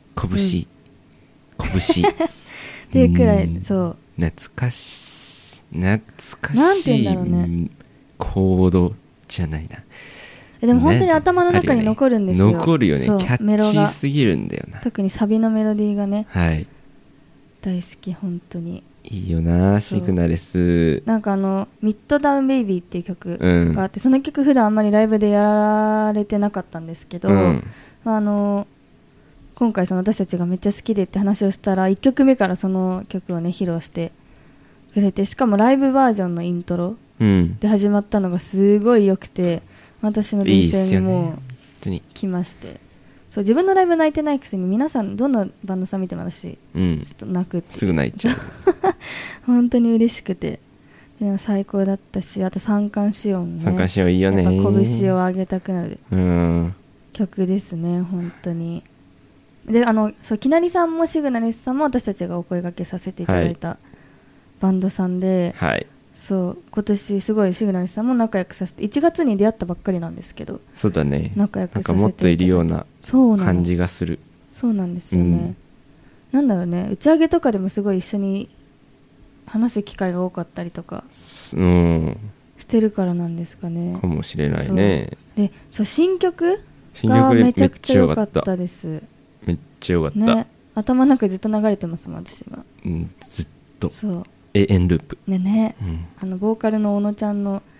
っていうくらい、そう懐かしいなんて言うんだろうね、 コードじゃないな。 でも本当に頭の中に残るんですよ。 残るよね。キャッチーすぎるんだよな。 特にサビのメロディーがね、大好き。本当にいいよなシグナレス。 なんかミッドダウンベイビーっていう曲があって、その曲普段あんまりライブでやられてなかったんですけど、今回その私たちがめっちゃ好きでって話をしたら1曲目からその曲をね披露してくれて、しかもライブバージョンのイントロで始まったのがすごい良くて、私の人生にも来まして、そう自分のライブ泣いてないくせに皆さんどんなバンドさん見ても私、ちょっと泣くってすぐ泣いちゃう本当に嬉しくて、でも最高だったし、あと三寒四温ね、 三寒四温いいよね。 やっぱ拳を上げたくなる曲ですね本当に。でそうきなりさんもシグナレスさんも私たちがお声掛けさせていただいたバンドさんで、そう今年すごいシグナレスさんも仲良くさせて、1月に出会ったばっかりなんですけど、 そうだね、 仲良くさせていただいて、 なんかもっといるような感じがする。 そうなんですよね、なんだろうね、打ち上げとかでもすごい一緒に話す機会が多かったりとかしてるからなんですかね。 かもしれないね。 でそう新曲がめちゃくちゃ良かったです。 めっちゃ良かった、 ね、頭の中ずっと流れてますもん私今、 ずっとそう永遠ループね、ボーカルの小野ちゃんの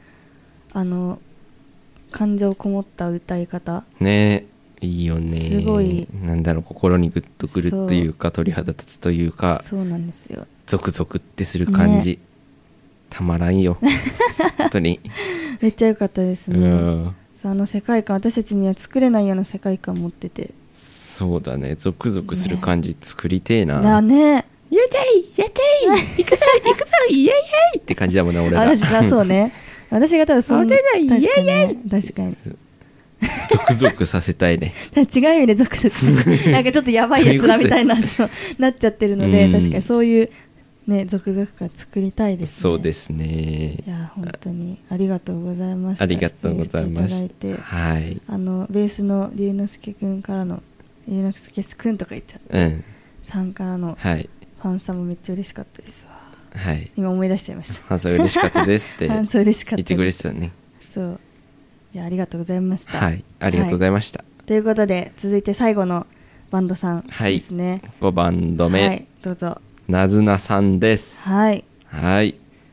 感情こもった歌い方ね、 いいよね。 すごいなんだろう、心にグッとくるというか鳥肌立つというか、 そうなんですよ、 ゾクゾクってする感じ、たまらんよ本当にめっちゃ良かったですね。世界観、私たちには作れないような世界観持ってて、 そうだね、ゾクゾクする感じ作りてえな。 だね、 やってい行くぞイエイイエイって感じだもんな俺ら。 そうね、私が多分俺らイエイイエイ確かにゾクゾクさせたいね違う意味でゾクゾクなんかちょっとやばいやつらみたいななっちゃってるので、確かにそういうねゾクゾク感作りたいですね。 そうですね。 いや本当にありがとうございました。 ありがとうございました。 ベースの龍之介くんからの、龍之介くんとか言っちゃって、さんからのファンさんもめっちゃ嬉しかったですわ。今思い出しちゃいました。 ファンさん嬉しかったですってファンさん嬉しかった言ってくれてたね。 そう、いやありがとうございました。 ありがとうございました、 ということで続いて最後のバンドさんですね。 5バンド目、 どうぞ。 なずなさんです。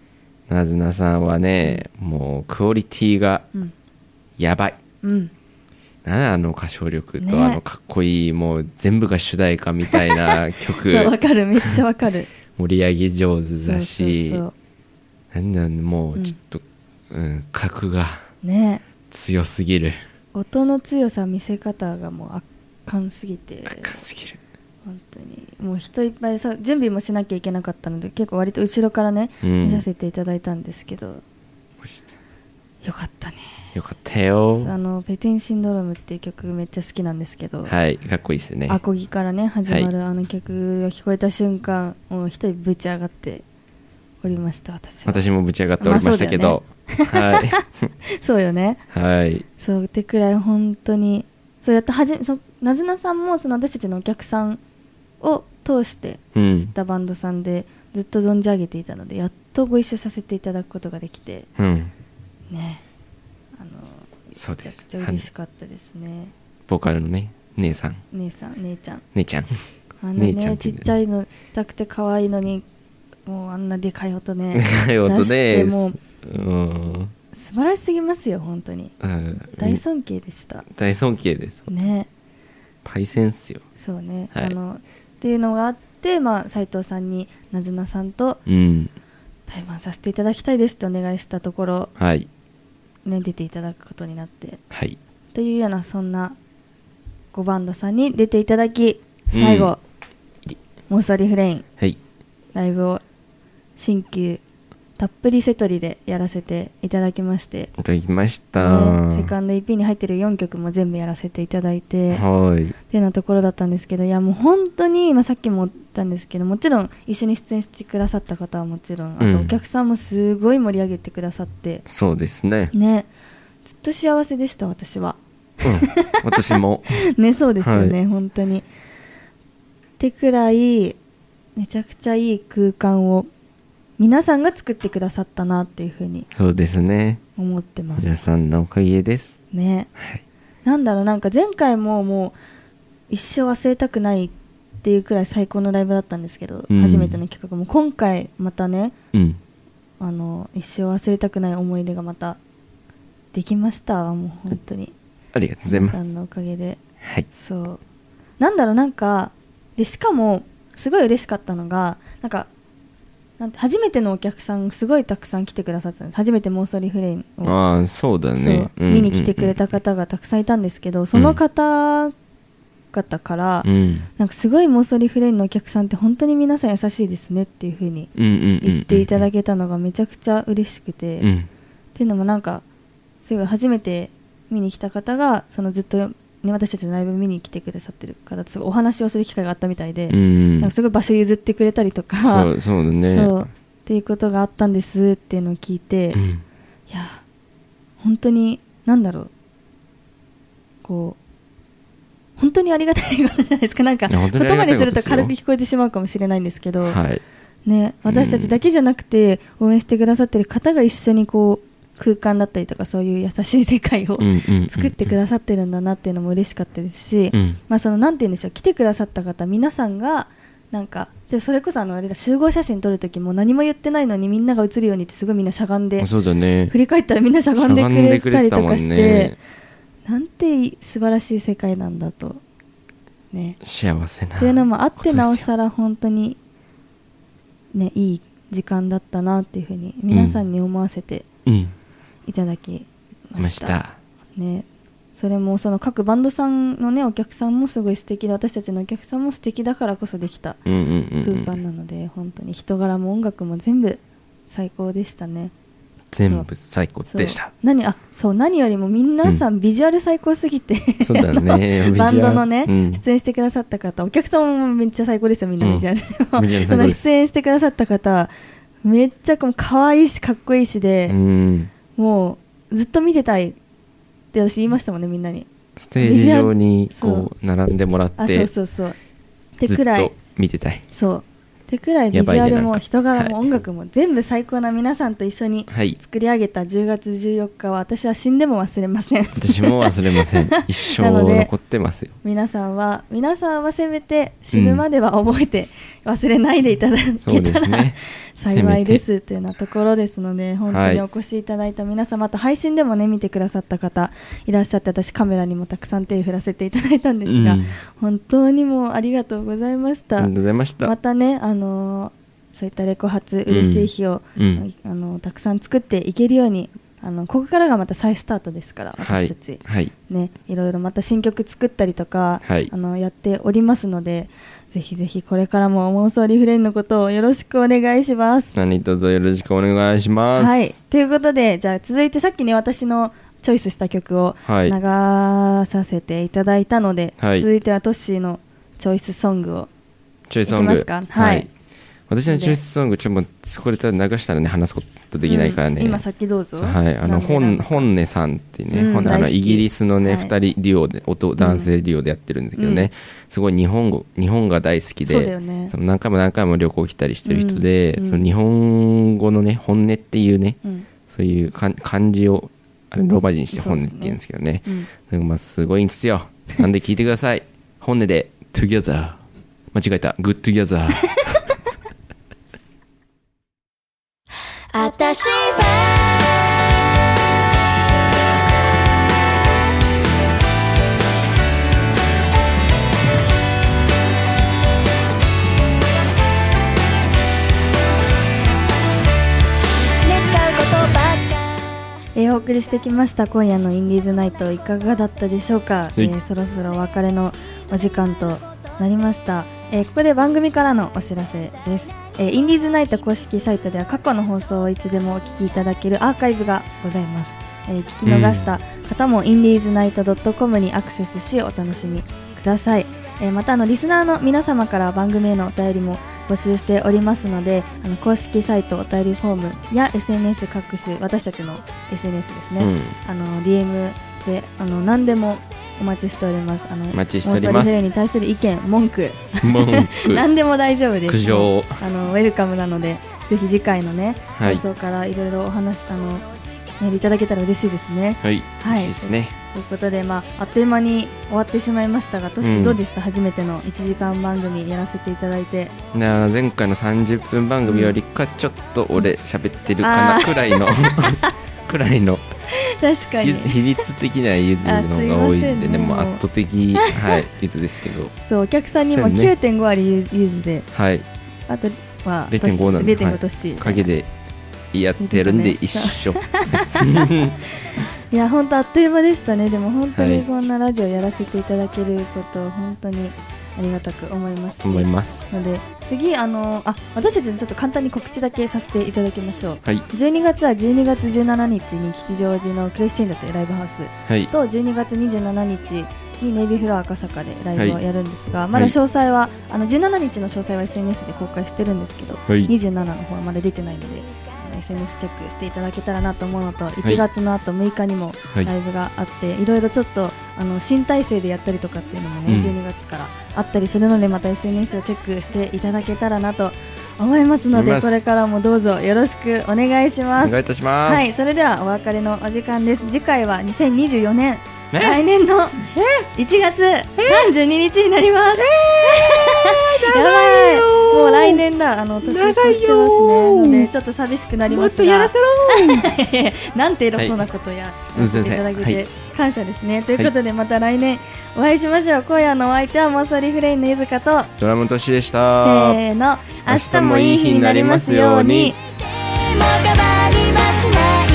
なずなさんはね、もうクオリティがやばい、なんだ歌唱力と、かっこいいもう全部が主題歌みたいな曲そうわかる、めっちゃわかる。 盛り上げ上手だし、なんだもうちょっと、格が強すぎる、 音の強さ見せ方がもう圧巻すぎて、 圧巻すぎる本当にもう人いっぱい準備もしなきゃいけなかったので結構割と後ろからね、見させていただいたんですけど、よかったね。 よかったよ。 ペテンシンドロームっていう曲めっちゃ好きなんですけど、 はい、かっこいいですね。 アコギからね始まるあの曲が聞こえた瞬間、もう一人ぶち上がっておりました。私もぶち上がっておりましたけど、はい、 そうよね。 はい。 そうってくらい本当にそうやってなずなさんもその私たちのお客さんを通して知ったバンドさんで、ずっと存じ上げていたので、やっとご一緒させていただくことができて、ね、めちゃくちゃ嬉しかったですね。 ボーカルのね、姉ちゃん姉ちゃんちっちゃいのちっちゃくて可愛いのに、もうあんなでかい音ね出してもう素晴らしすぎますよ本当に、大尊敬でした。 大尊敬ですね。 パイセンっすよ。 そうね、っていうのがあって、斉藤さんになずなさんと対バンさせていただきたいですってお願いしたところ、ね、出ていただくことになって、というようなそんな5バンドさんに出ていただき、最後、妄想リフレイン、ライブを新旧たっぷりセトリでやらせていただきまして、 いただきました、 セカンド EP に入ってる4曲も全部やらせていただいて、っていうようなところだったんですけど、いやもう本当に、さっきも言ったんですけど、もちろん一緒に出演してくださった方はもちろん、あとお客さんもすごい盛り上げてくださって、 そうですね。 ずっと幸せでした私は、 私もね、そうですよね、本当にってくらいめちゃくちゃいい空間を皆さんが作ってくださったなっていうふうに、 そうですね、 思ってます。 皆さんのおかげですね、なんだろう、なんか前回ももう一生忘れたくないっていうくらい最高のライブだったんですけど、初めての企画も今回またね、一生忘れたくない思い出がまたできました。もう本当にありがとうございます。 皆さんのおかげで、そうなんだろう、なんかでしかもすごい嬉しかったのが、なんて初めてのお客さんすごいたくさん来てくださってたんです。初めて妄想リフレインをそうだね、 見に来てくれた方がたくさんいたんですけど、その方々から、なんかすごい妄想リフレインのお客さんって本当に皆さん優しいですねっていう風に言っていただけたのがめちゃくちゃ嬉しくて、っていうのもなんかすごい初めて見に来た方がそのずっと私たちのライブ見に来てくださってる方とすごいお話をする機会があったみたいで、なんかすごい場所譲ってくれたりとか、 そうだね、 っていうことがあったんですっていうのを聞いて、いや本当になんだろう、こう本当にありがたいことじゃないですか。なんか言葉にすると軽く聞こえてしまうかもしれないんですけど、ね、私たちだけじゃなくて応援してくださってる方が一緒にこう空間だったりとかそういう優しい世界を作ってくださってるんだなっていうのも嬉しかったですし、そのなんて言うんでしょう、来てくださった方皆さんがなんかでそれこそあれだ、集合写真撮るときも何も言ってないのにみんなが写るようにってすごいみんなしゃがんで、振り返ったらみんなしゃがんでくれたりとかして、なんて素晴らしい世界なんだとね、 幸せなっていうのもあってなおさら本当にね、いい時間だったなっていうふうに皆さんに思わせていただきました、ね。それもその各バンドさんのねお客さんもすごい素敵で、私たちのお客さんも素敵だからこそできた空間なので、本当に人柄も音楽も全部最高でしたね。 全部最高でした。 何よりも皆さんビジュアル最高すぎて、 そうだねバンドのね、出演してくださった方、お客様もめっちゃ最高ですよ、みんなビジュアルその出演してくださった方めっちゃ可愛いしかっこいいしで、もうずっと見てたいって私言いましたもんね、みんなに。 ステージ上にこう並んでもらって、 そうってくらいずっと見てたい。 そうってくらいビジュアルも人柄も音楽も全部最高な皆さんと一緒に作り上げた10月14日は私は死んでも忘れません。 私も忘れません。一生残ってますよ。 皆さんはせめて死ぬまでは覚えて忘れないでいただけたら、幸いですというようなところですので、本当にお越しいただいた皆様、あと配信でもね見てくださった方いらっしゃって、私カメラにもたくさん手を振らせていただいたんですが、本当にもうありがとうございました。 ありがとうございました。 またね、そういったレコ発嬉しい日を、たくさん作っていけるように、ここからがまた再スタートですから、私たち、ね、いろいろまた新曲作ったりとか、やっておりますので、ぜひぜひこれからも妄想リフレインのことをよろしくお願いします。 何卒よろしくお願いします。 はい、ということで、じゃあ続いてさっきね私のチョイスした曲を流させていただいたので、続いてはトッシーのチョイスソングをいきますか。 私のチョイスソング、これ流したらね話すことできないからね、 今さっきどうぞ。 本音さんっていうね、イギリスのね、2人デュオで男性デュオでやってるんだけどね、すごい日本が大好きで、その何回も旅行来たりしてる人で、その日本語のね本音っていうね、そういう漢字をローマ字にして本音って言うんですけどね、すごいんですよ。なんで聞いてください。本音で Together、 間違えた、 Good Together。 私はお送りしてきました今夜のインディーズナイト、いかがだったでしょうか。そろそろお別れのお時間となりました。ここで番組からのお知らせです。インディーズナイト公式サイトでは過去の放送をいつでもお聞きいただけるアーカイブがございます。聞き逃した方もインディーズナイト .com にアクセスしお楽しみください。またリスナーの皆様から番組へのお便りも募集しておりますので、公式サイトお便りフォームや SNS 各種、私たちの SNS ですね、DM で何でもお待ちしております。 お待ちしております。 妄想リフレインに対する意見、文句何でも大丈夫です。 苦情ウェルカムなので、ぜひ次回のね、放送からいろいろお話メールいただけたら嬉しいですね。 はい、嬉しいですね。 ということで、あっという間に終わってしまいましたが、トシどうでした？初めての1時間番組やらせていただいて。 前回の30分番組よりかちょっと俺喋ってるかなくらいのくらいの確かに比率的にはゆずの方が多いんでね、もう圧倒的ゆずですけど、 そう、お客さんにも 9.5 割ゆずで、あとは 0.5 なんで、 0.5トシ陰でやってるんで一緒。 いや本当あっという間でしたね。でも本当にこんなラジオやらせていただけることを本当にありがたく思いますので、次私たちにちょっと簡単に告知だけさせていただきましょう。12月は12月17日に吉祥寺のクレッシェンドというライブハウス、と12月27日にネイビーフロア赤坂でライブをやるんですが、まだ詳細は17日の詳細は SNS で公開してるんですけど、27の方はまだ出てないのでSNS チェックしていただけたらなと思うのと、1月のあと6日にもライブがあって、いろいろちょっと新体制でやったりとかっていうのもね、12月からあったりするので、また SNS をチェックしていただけたらなと思いますので、これからもどうぞよろしくお願いします。 お願いいたします。 はい、それではお別れのお時間です。次回は2024年来年の1月32日になります。やばい、もう来年だ。年越してますね。のでちょっと寂しくなりますが、もっとやらせろなんて偉そうなことやらせていただけて感謝ですね。ということで、また来年お会いしましょう。今夜のお相手は妄想リフレインのゆずかとドラムトシでした。せーの、明日もいい日になりますように。 でも変わりはしない